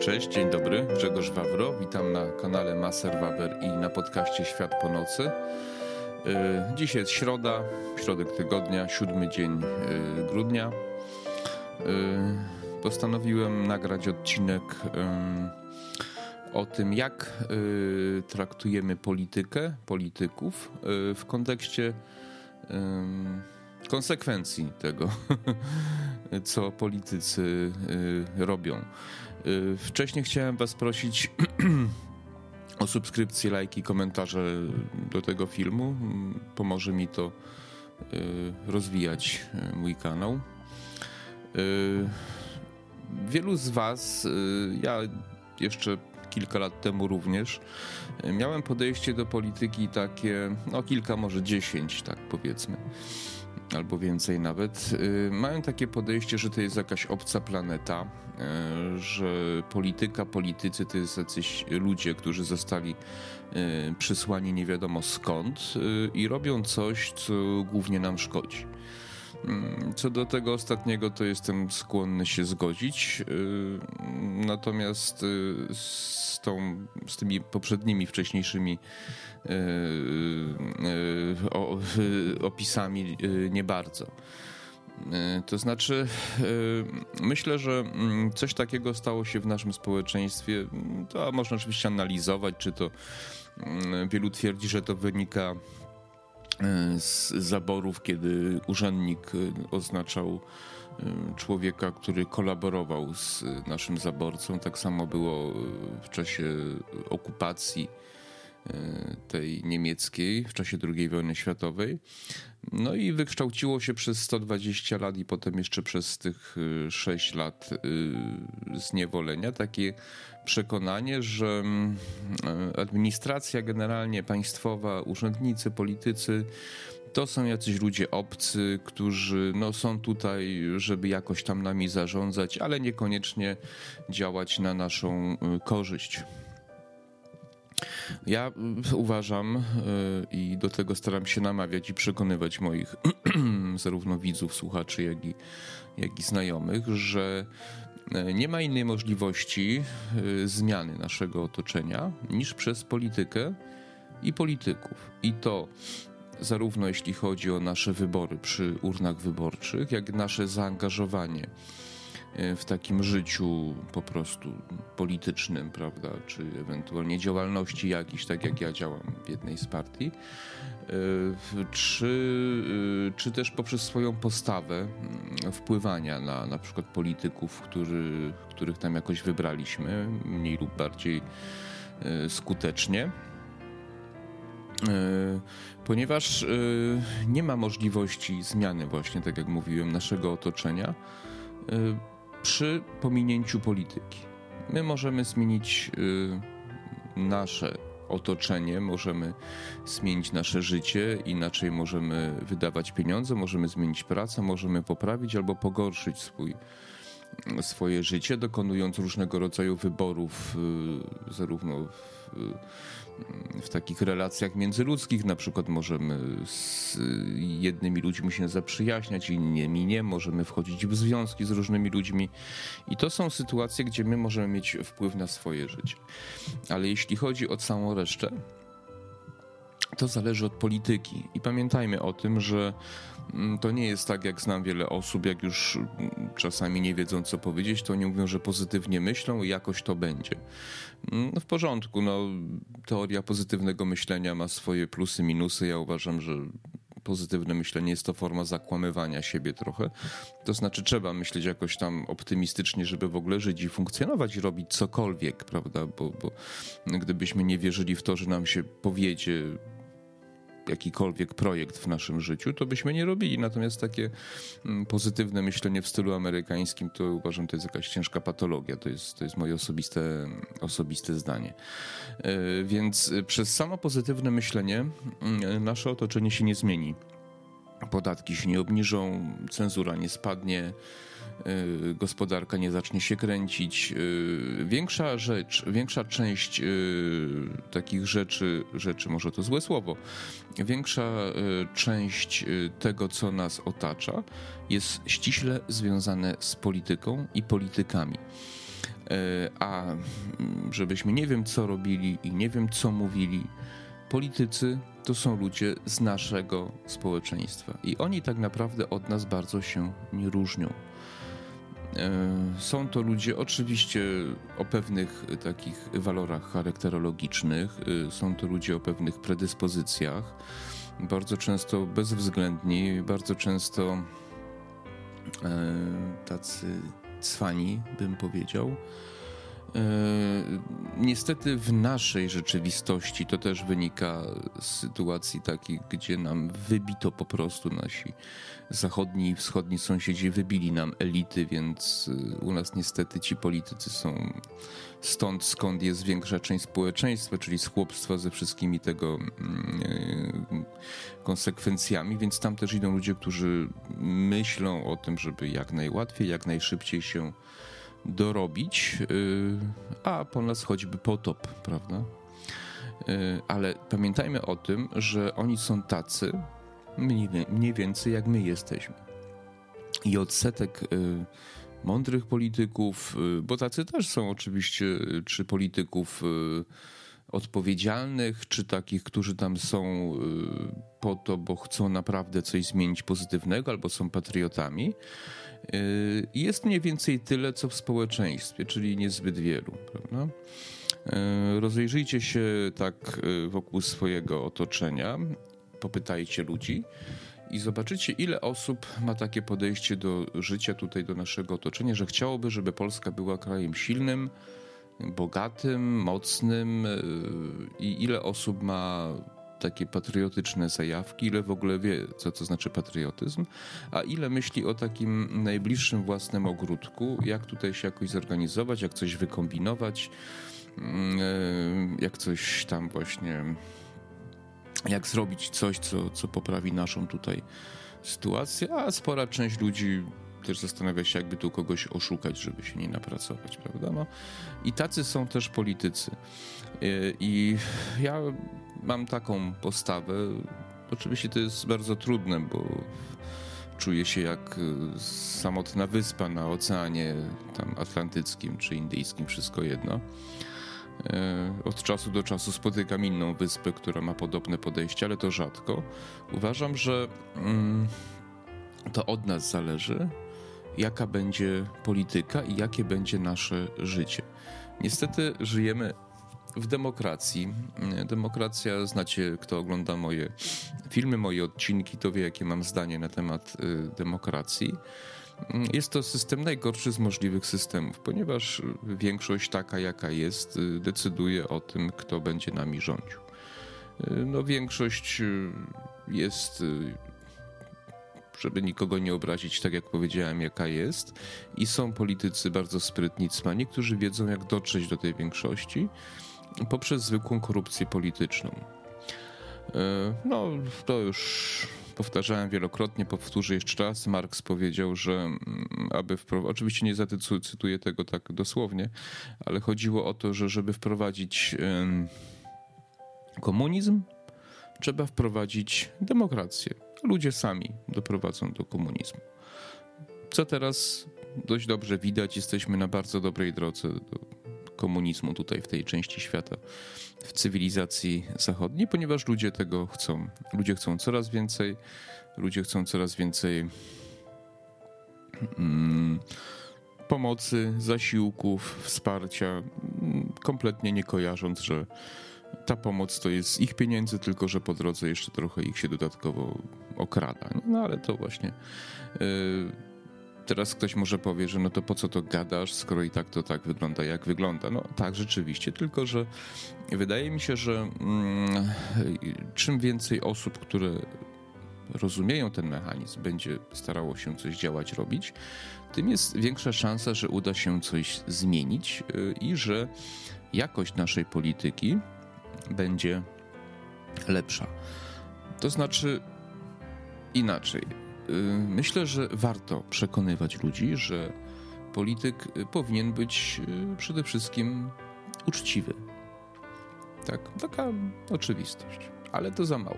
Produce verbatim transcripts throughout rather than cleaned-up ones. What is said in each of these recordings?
Cześć, dzień dobry, Grzegorz Wawro, witam na kanale Maser Wawer i na podcaście Świat po nocy. Dzisiaj jest środa, środek tygodnia, siódmy dzień grudnia. Postanowiłem nagrać odcinek o tym, jak traktujemy politykę, polityków w kontekście konsekwencji tego, co politycy robią. Wcześniej chciałem was prosić o subskrypcję, lajki, komentarze do tego filmu. Pomoże mi to rozwijać mój kanał. Wielu z was, ja jeszcze kilka lat temu również, miałem podejście do polityki takie, no kilka, może dziesięć, tak powiedzmy, albo więcej nawet. Mają takie podejście, że to jest jakaś obca planeta, że polityka, politycy to jest jacyś ludzie, którzy zostali przysłani nie wiadomo skąd i robią coś, co głównie nam szkodzi. Co do tego ostatniego, to jestem skłonny się zgodzić, natomiast z, tą, z tymi poprzednimi, wcześniejszymi opisami nie bardzo. To znaczy, myślę, że coś takiego stało się w naszym społeczeństwie. To można oczywiście analizować, czy to wielu twierdzi, że to wynika z zaborów, kiedy urzędnik oznaczał człowieka, który kolaborował z naszym zaborcą. Tak samo było w czasie okupacji tej niemieckiej, w czasie drugiej wojny światowej. No i wykształciło się przez sto dwadzieścia lat i potem jeszcze przez tych sześć lat zniewolenia takie przekonanie, że administracja generalnie państwowa, urzędnicy, politycy to są jacyś ludzie obcy, którzy no, są tutaj, żeby jakoś tam nami zarządzać, ale niekoniecznie działać na naszą korzyść. Ja uważam i do tego staram się namawiać i przekonywać moich zarówno widzów, słuchaczy, jak i, jak i znajomych, że nie ma innej możliwości zmiany naszego otoczenia niż przez politykę i polityków. I to zarówno jeśli chodzi o nasze wybory przy urnach wyborczych, jak i nasze zaangażowanie w takim życiu po prostu politycznym, prawda, czy ewentualnie działalności jakiejś, tak jak ja działam w jednej z partii, czy, czy też poprzez swoją postawę wpływania na na przykład polityków, który, których tam jakoś wybraliśmy, mniej lub bardziej skutecznie. Ponieważ nie ma możliwości zmiany właśnie, tak jak mówiłem, naszego otoczenia przy pominięciu polityki. My możemy zmienić nasze otoczenie, możemy zmienić nasze życie, inaczej możemy wydawać pieniądze, możemy zmienić pracę, możemy poprawić albo pogorszyć swój, swoje życie, dokonując różnego rodzaju wyborów, zarówno w, w takich relacjach międzyludzkich, na przykład możemy z jednymi ludźmi się zaprzyjaźniać, innymi nie, możemy wchodzić w związki z różnymi ludźmi i to są sytuacje, gdzie my możemy mieć wpływ na swoje życie. Ale jeśli chodzi o całą resztę, to zależy od polityki i pamiętajmy o tym, że to nie jest tak, jak znam wiele osób, jak już czasami nie wiedzą, co powiedzieć, to oni mówią, że pozytywnie myślą i jakoś to będzie. No w porządku, no teoria pozytywnego myślenia ma swoje plusy, minusy. Ja uważam, że pozytywne myślenie jest to forma zakłamywania siebie trochę. To znaczy trzeba myśleć jakoś tam optymistycznie, żeby w ogóle żyć i funkcjonować i robić cokolwiek, prawda? Bo, bo gdybyśmy nie wierzyli w to, że nam się powiedzie jakikolwiek projekt w naszym życiu, to byśmy nie robili. Natomiast takie pozytywne myślenie w stylu amerykańskim, to uważam, to jest jakaś ciężka patologia. To jest, to jest moje osobiste, osobiste zdanie. Więc przez samo pozytywne myślenie nasze otoczenie się nie zmieni. Podatki się nie obniżą, cenzura nie spadnie, gospodarka nie zacznie się kręcić. Większa rzecz, większa część takich rzeczy, rzeczy, może to złe słowo, większa część tego, co nas otacza, jest ściśle związane z polityką i politykami. A żebyśmy nie wiem co robili i nie wiem co mówili. Politycy to są ludzie z naszego społeczeństwa i oni tak naprawdę od nas bardzo się nie różnią. Są to ludzie oczywiście o pewnych takich walorach charakterologicznych, są to ludzie o pewnych predyspozycjach, bardzo często bezwzględni, bardzo często tacy cwani, bym powiedział. Niestety w naszej rzeczywistości to też wynika z sytuacji takich, gdzie nam wybito po prostu nasi zachodni i wschodni sąsiedzi, wybili nam elity, więc u nas niestety ci politycy są stąd, skąd jest większa część społeczeństwa, czyli z chłopstwa ze wszystkimi tego konsekwencjami, więc tam też idą ludzie, którzy myślą o tym, żeby jak najłatwiej, jak najszybciej się dorobić, a po nas choćby potop, prawda? Ale pamiętajmy o tym, że oni są tacy mniej, mniej więcej jak my jesteśmy. I odsetek mądrych polityków, bo tacy też są oczywiście, czy polityków odpowiedzialnych, czy takich, którzy tam są po to, bo chcą naprawdę coś zmienić pozytywnego, albo są patriotami, jest mniej więcej tyle, co w społeczeństwie, czyli niezbyt wielu, prawda? Rozejrzyjcie się tak wokół swojego otoczenia, popytajcie ludzi i zobaczycie, ile osób ma takie podejście do życia tutaj, do naszego otoczenia, że chciałoby, żeby Polska była krajem silnym, bogatym, mocnym i ile osób ma takie patriotyczne zajawki, ile w ogóle wie, co to znaczy patriotyzm, a ile myśli o takim najbliższym własnym ogródku, jak tutaj się jakoś zorganizować, jak coś wykombinować, jak coś tam właśnie, jak zrobić coś, co, co poprawi naszą tutaj sytuację, a spora część ludzi też zastanawia się, jakby tu kogoś oszukać, żeby się nie napracować, prawda? No. I tacy są też politycy. I ja mam taką postawę. Oczywiście to jest bardzo trudne, bo czuję się jak samotna wyspa na oceanie tam atlantyckim czy indyjskim, wszystko jedno. Od czasu do czasu spotykam inną wyspę, która ma podobne podejście, ale to rzadko. Uważam, że to od nas zależy, jaka będzie polityka i jakie będzie nasze życie. Niestety żyjemy w demokracji. Demokracja, znacie, kto ogląda moje filmy, moje odcinki, to wie, jakie mam zdanie na temat demokracji. Jest to system najgorszy z możliwych systemów, ponieważ większość taka, jaka jest, decyduje o tym, kto będzie nami rządził. No, większość jest, żeby nikogo nie obrazić, tak jak powiedziałem, jaka jest, i są politycy bardzo sprytni, cwani, którzy wiedzą, jak dotrzeć do tej większości poprzez zwykłą korupcję polityczną. No, to już powtarzałem wielokrotnie, powtórzę jeszcze raz. Marks powiedział, że aby wprowadzić, oczywiście nie zacytuję tego tak dosłownie, ale chodziło o to, że żeby wprowadzić komunizm, trzeba wprowadzić demokrację. Ludzie sami doprowadzą do komunizmu. Co teraz dość dobrze widać, jesteśmy na bardzo dobrej drodze do komunizmu tutaj w tej części świata, w cywilizacji zachodniej, ponieważ ludzie tego chcą. Ludzie chcą coraz więcej, ludzie chcą coraz więcej mm, pomocy, zasiłków, wsparcia, kompletnie nie kojarząc, że ta pomoc to jest z ich pieniędzy, tylko że po drodze jeszcze trochę ich się dodatkowo okrada. No ale to właśnie... Yy, Teraz ktoś może powie, że no to po co to gadasz, skoro i tak to tak wygląda, jak wygląda. No tak, rzeczywiście, tylko że wydaje mi się, że mm, czym więcej osób, które rozumieją ten mechanizm, będzie starało się coś działać, robić, tym jest większa szansa, że uda się coś zmienić i że jakość naszej polityki będzie lepsza. To znaczy inaczej. Myślę, że warto przekonywać ludzi, że polityk powinien być przede wszystkim uczciwy. Tak, taka oczywistość, ale to za mało.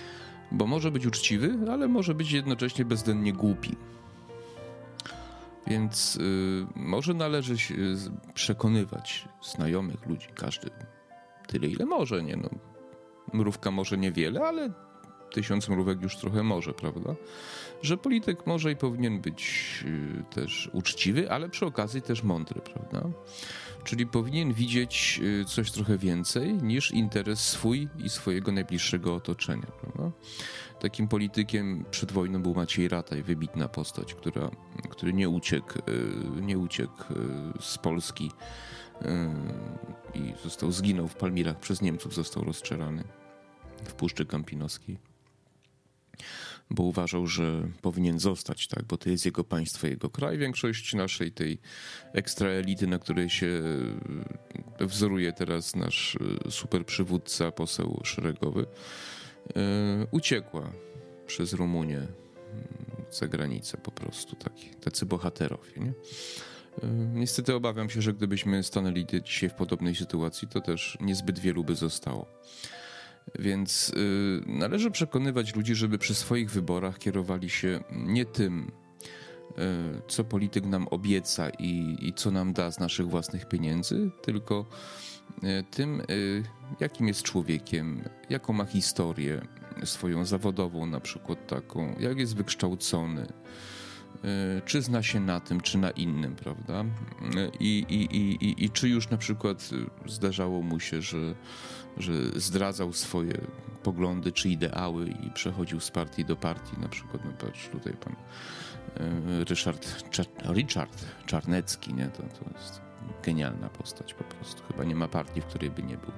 Bo może być uczciwy, ale może być jednocześnie bezwzględnie głupi. Więc y, może należy się przekonywać znajomych ludzi, każdy tyle, ile może, nie no. Mrówka może niewiele, ale tysiąc mrówek już trochę może, prawda? Że polityk może i powinien być y, też uczciwy, ale przy okazji też mądry, prawda? Czyli powinien widzieć y, coś trochę więcej niż interes swój i swojego najbliższego otoczenia, prawda? Takim politykiem przed wojną był Maciej Rataj, wybitna postać, która, który nie uciekł, y, nie uciekł y, z Polski y, i został, zginął w Palmirach przez Niemców, został rozstrzelany w Puszczy Kampinoskiej, bo uważał, że powinien zostać, tak, bo to jest jego państwo, jego kraj. Większość naszej tej ekstraelity, na której się wzoruje teraz nasz super przywódca, poseł szeregowy, uciekła przez Rumunię za granicę po prostu, taki, tacy bohaterowie, nie? Niestety obawiam się, że gdybyśmy stanęli dzisiaj w podobnej sytuacji, to też niezbyt wielu by zostało. Więc y, należy przekonywać ludzi, żeby przy swoich wyborach kierowali się nie tym, y, co polityk nam obieca i, i co nam da z naszych własnych pieniędzy, tylko y, tym, y, jakim jest człowiekiem, jaką ma historię swoją zawodową, na przykład taką, jak jest wykształcony, czy zna się na tym, czy na innym, prawda? I, i, i, i czy już na przykład zdarzało mu się, że, że zdradzał swoje poglądy czy ideały i przechodził z partii do partii, na przykład, no patrz, tutaj pan Ryszard, Richard Czarnecki, nie? To, to jest genialna postać po prostu. Chyba nie ma partii, w której by nie był.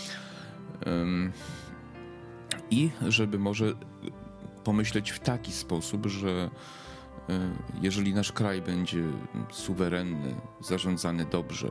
I żeby może pomyśleć w taki sposób, że jeżeli nasz kraj będzie suwerenny, zarządzany dobrze,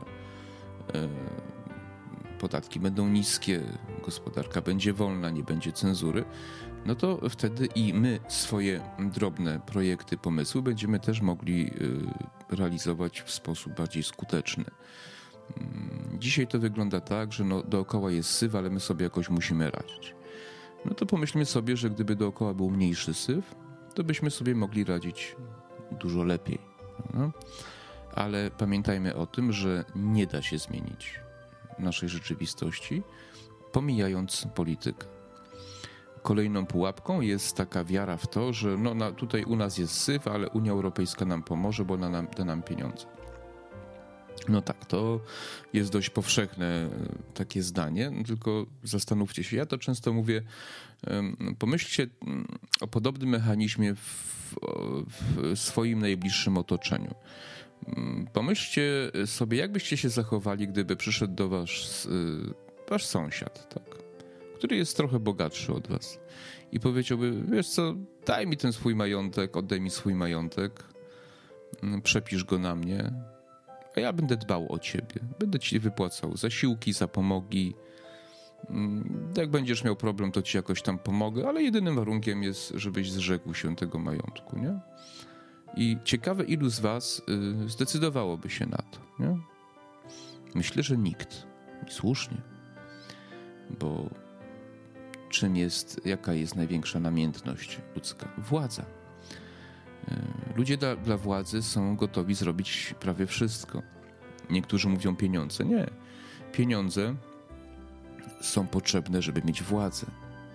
podatki będą niskie, gospodarka będzie wolna, nie będzie cenzury, no to wtedy i my swoje drobne projekty, pomysły będziemy też mogli realizować w sposób bardziej skuteczny. Dzisiaj to wygląda tak, że no dookoła jest syf, ale my sobie jakoś musimy radzić. No to pomyślmy sobie, że gdyby dookoła był mniejszy syf, to byśmy sobie mogli radzić dużo lepiej. No? Ale pamiętajmy o tym, że nie da się zmienić naszej rzeczywistości, pomijając politykę. Kolejną pułapką jest taka wiara w to, że no, na, tutaj u nas jest syf, ale Unia Europejska nam pomoże, bo nam, da nam pieniądze. No tak, to jest dość powszechne takie zdanie, tylko zastanówcie się. Ja to często mówię, pomyślcie o podobnym mechanizmie w, w swoim najbliższym otoczeniu. Pomyślcie sobie, jak byście się zachowali, gdyby przyszedł do was wasz sąsiad, tak, który jest trochę bogatszy od was i powiedziałby, wiesz co, daj mi ten swój majątek, oddaj mi swój majątek, przepisz go na mnie, a ja będę dbał o ciebie. Będę ci wypłacał zasiłki, zapomogi. Jak będziesz miał problem, to ci jakoś tam pomogę, ale jedynym warunkiem jest, żebyś zrzekł się tego majątku, nie? I ciekawe, ilu z was y, zdecydowałoby się na to, nie? Myślę, że nikt. I słusznie. Bo czym jest, jaka jest największa namiętność ludzka? Władza. Ludzie dla, dla władzy są gotowi zrobić prawie wszystko. Niektórzy mówią pieniądze. Nie. Pieniądze są potrzebne, żeby mieć władzę.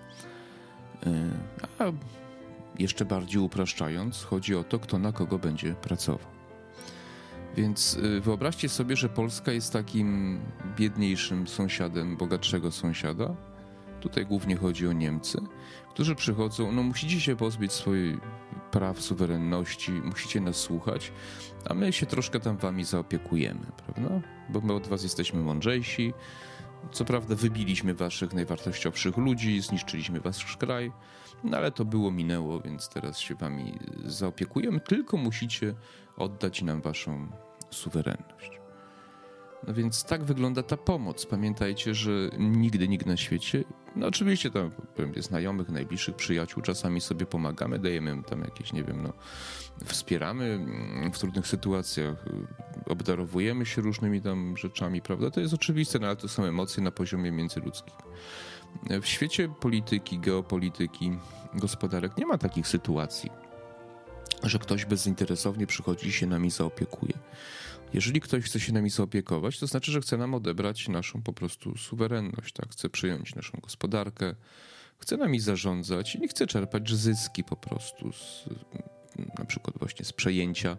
A jeszcze bardziej upraszczając, chodzi o to, kto na kogo będzie pracował. Więc wyobraźcie sobie, że Polska jest takim biedniejszym sąsiadem bogatszego sąsiada. Tutaj głównie chodzi o Niemcy, którzy przychodzą, no musicie się pozbyć swoich praw, suwerenności, musicie nas słuchać, a my się troszkę tam wami zaopiekujemy, prawda? Bo my od was jesteśmy mądrzejsi. Co prawda wybiliśmy waszych najwartościowszych ludzi, zniszczyliśmy wasz kraj, no ale to było, minęło, więc teraz się wami zaopiekujemy, tylko musicie oddać nam waszą suwerenność. No więc tak wygląda ta pomoc. Pamiętajcie, że nigdy nikt na świecie, no oczywiście tam znajomych, najbliższych, przyjaciół, czasami sobie pomagamy, dajemy im tam jakieś, nie wiem, no, wspieramy w trudnych sytuacjach, obdarowujemy się różnymi tam rzeczami, prawda? To jest oczywiste, no ale to są emocje na poziomie międzyludzkim. W świecie polityki, geopolityki, gospodarek nie ma takich sytuacji, że ktoś bezinteresownie przychodzi i się nami zaopiekuje. Jeżeli ktoś chce się nami zaopiekować, to znaczy, że chce nam odebrać naszą po prostu suwerenność, tak? Chce przyjąć naszą gospodarkę, chce nami zarządzać i nie chce czerpać zyski po prostu z, na przykład właśnie z przejęcia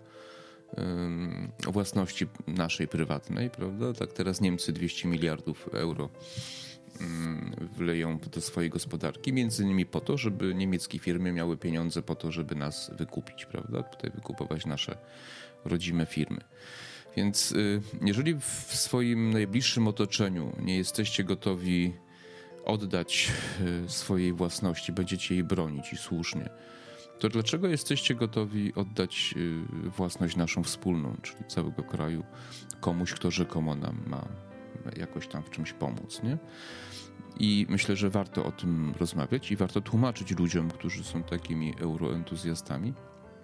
um, własności naszej prywatnej, prawda? Tak teraz Niemcy dwieście miliardów euro um, wleją do swojej gospodarki, między innymi po to, żeby niemieckie firmy miały pieniądze po to, żeby nas wykupić, prawda? Tutaj wykupować nasze rodzime firmy. Więc y, jeżeli w swoim najbliższym otoczeniu nie jesteście gotowi oddać y, swojej własności, będziecie jej bronić i słusznie, to dlaczego jesteście gotowi oddać y, własność naszą wspólną, czyli całego kraju, komuś, kto rzekomo nam ma jakoś tam w czymś pomóc, nie? I myślę, że warto o tym rozmawiać i warto tłumaczyć ludziom, którzy są takimi euroentuzjastami.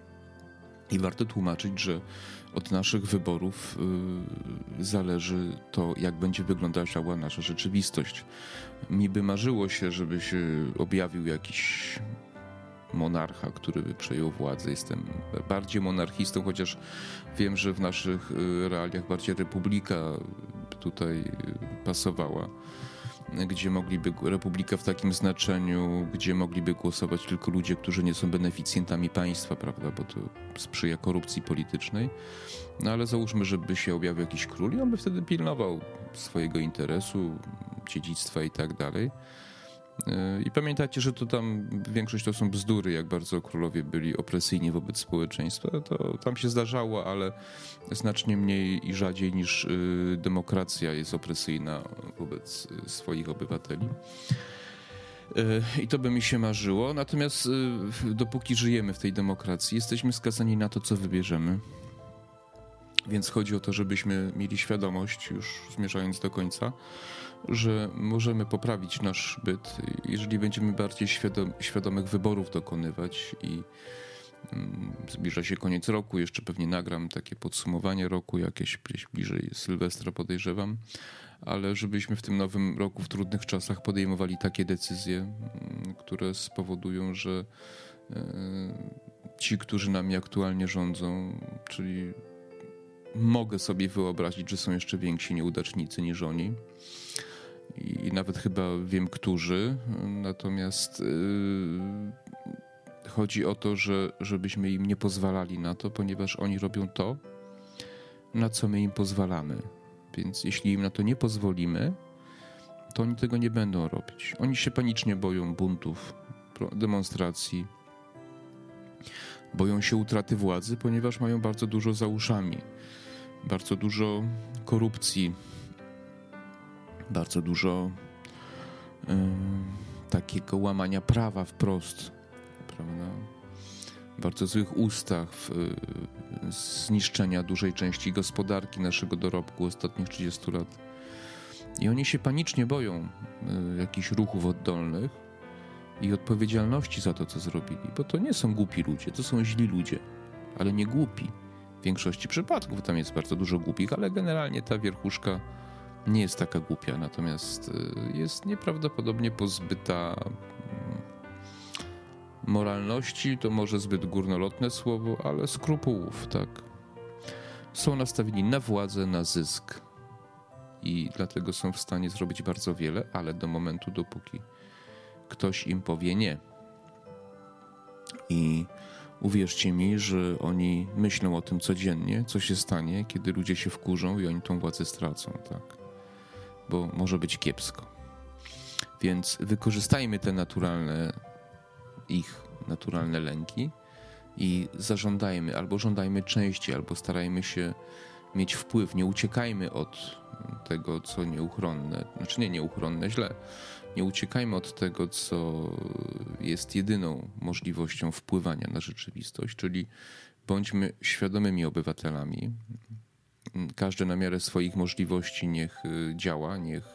I warto tłumaczyć, że od naszych wyborów y, zależy to, jak będzie wyglądała nasza rzeczywistość. Mi by marzyło się, żeby się objawił jakiś monarcha, który by przejął władzę. Jestem bardziej monarchistą, chociaż wiem, że w naszych realiach bardziej republika tutaj pasowała, gdzie mogliby, republika w takim znaczeniu, gdzie mogliby głosować tylko ludzie, którzy nie są beneficjentami państwa, prawda, bo to sprzyja korupcji politycznej. No ale załóżmy, żeby się objawił jakiś król i on by wtedy pilnował swojego interesu, dziedzictwa i tak dalej. I pamiętajcie, że to tam większość to są bzdury, jak bardzo królowie byli opresyjni wobec społeczeństwa. To tam się zdarzało, ale znacznie mniej i rzadziej niż y, demokracja jest opresyjna wobec swoich obywateli. Y, I to by mi się marzyło. Natomiast y, dopóki żyjemy w tej demokracji, jesteśmy skazani na to, co wybierzemy. Więc chodzi o to, żebyśmy mieli świadomość, już zmierzając do końca, że możemy poprawić nasz byt, jeżeli będziemy bardziej świadom, świadomych wyborów dokonywać i mm, zbliża się koniec roku, jeszcze pewnie nagram takie podsumowanie roku, jakieś gdzieś bliżej Sylwestra podejrzewam, ale żebyśmy w tym nowym roku, w trudnych czasach podejmowali takie decyzje, mm, które spowodują, że e, ci, którzy nami aktualnie rządzą, czyli mogę sobie wyobrazić, że są jeszcze więksi nieudacznicy niż oni. I nawet chyba wiem, którzy. Natomiast yy, chodzi o to, że żebyśmy im nie pozwalali na to, ponieważ oni robią to, na co my im pozwalamy. Więc jeśli im na to nie pozwolimy, to oni tego nie będą robić. Oni się panicznie boją buntów, demonstracji, boją się utraty władzy, ponieważ mają bardzo dużo za uszami, bardzo dużo korupcji, bardzo dużo y, takiego łamania prawa wprost, prawda? Bardzo złych ustaw, y, zniszczenia dużej części gospodarki naszego dorobku ostatnich trzydziestu lat. I oni się panicznie boją y, jakichś ruchów oddolnych i odpowiedzialności za to, co zrobili, bo to nie są głupi ludzie, to są źli ludzie, ale nie głupi. W większości przypadków tam jest bardzo dużo głupich, ale generalnie ta wierchuszka nie jest taka głupia, natomiast jest nieprawdopodobnie pozbyta moralności, to może zbyt górnolotne słowo, ale skrupułów, tak. Są nastawieni na władzę, na zysk i dlatego są w stanie zrobić bardzo wiele, ale do momentu, dopóki ktoś im powie nie. I uwierzcie mi, że oni myślą o tym codziennie, co się stanie, kiedy ludzie się wkurzą i oni tą władzę stracą, tak. Bo może być kiepsko. Więc wykorzystajmy te naturalne, ich naturalne lęki i zażądajmy, albo żądajmy częściej, albo starajmy się mieć wpływ. Nie uciekajmy od tego, co nieuchronne. Znaczy nie nieuchronne, źle. Nie uciekajmy od tego, co jest jedyną możliwością wpływania na rzeczywistość, czyli bądźmy świadomymi obywatelami. Każdy na miarę swoich możliwości niech działa, niech,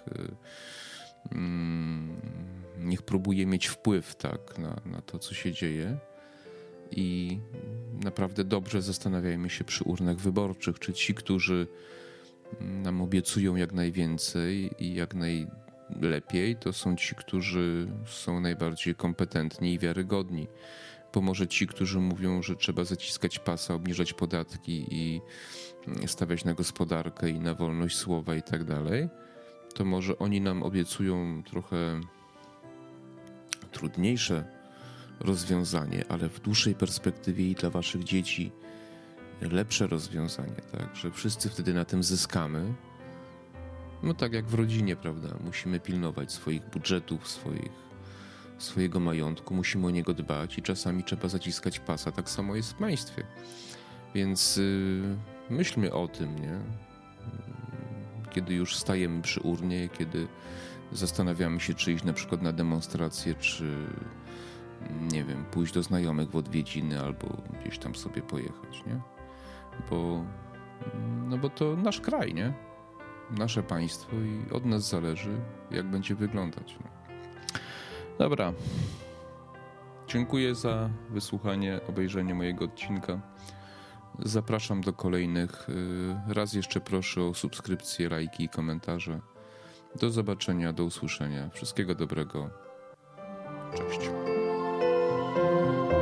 niech próbuje mieć wpływ, tak, na, na to, co się dzieje. I naprawdę dobrze zastanawiajmy się przy urnach wyborczych, czy ci, którzy nam obiecują jak najwięcej i jak najlepiej, to są ci, którzy są najbardziej kompetentni i wiarygodni. pomoże ci, którzy mówią, że trzeba zaciskać pasa, obniżać podatki i stawiać na gospodarkę i na wolność słowa i tak dalej. To może oni nam obiecują trochę trudniejsze rozwiązanie, ale w dłuższej perspektywie i dla waszych dzieci lepsze rozwiązanie, tak, że wszyscy wtedy na tym zyskamy. No tak jak w rodzinie, prawda, musimy pilnować swoich budżetów, swoich, swojego majątku, musimy o niego dbać i czasami trzeba zaciskać pasa, tak samo jest w państwie. Więc yy, myślmy o tym, nie? Kiedy już stajemy przy urnie, kiedy zastanawiamy się, czy iść na przykład na demonstrację, czy nie wiem, pójść do znajomych w odwiedziny albo gdzieś tam sobie pojechać, nie? Bo, no bo to nasz kraj, nie? Nasze państwo i od nas zależy, jak będzie wyglądać. No. Dobra. Dziękuję za wysłuchanie, obejrzenie mojego odcinka. Zapraszam do kolejnych. Raz jeszcze proszę o subskrypcję, lajki i komentarze. Do zobaczenia, do usłyszenia. Wszystkiego dobrego. Cześć.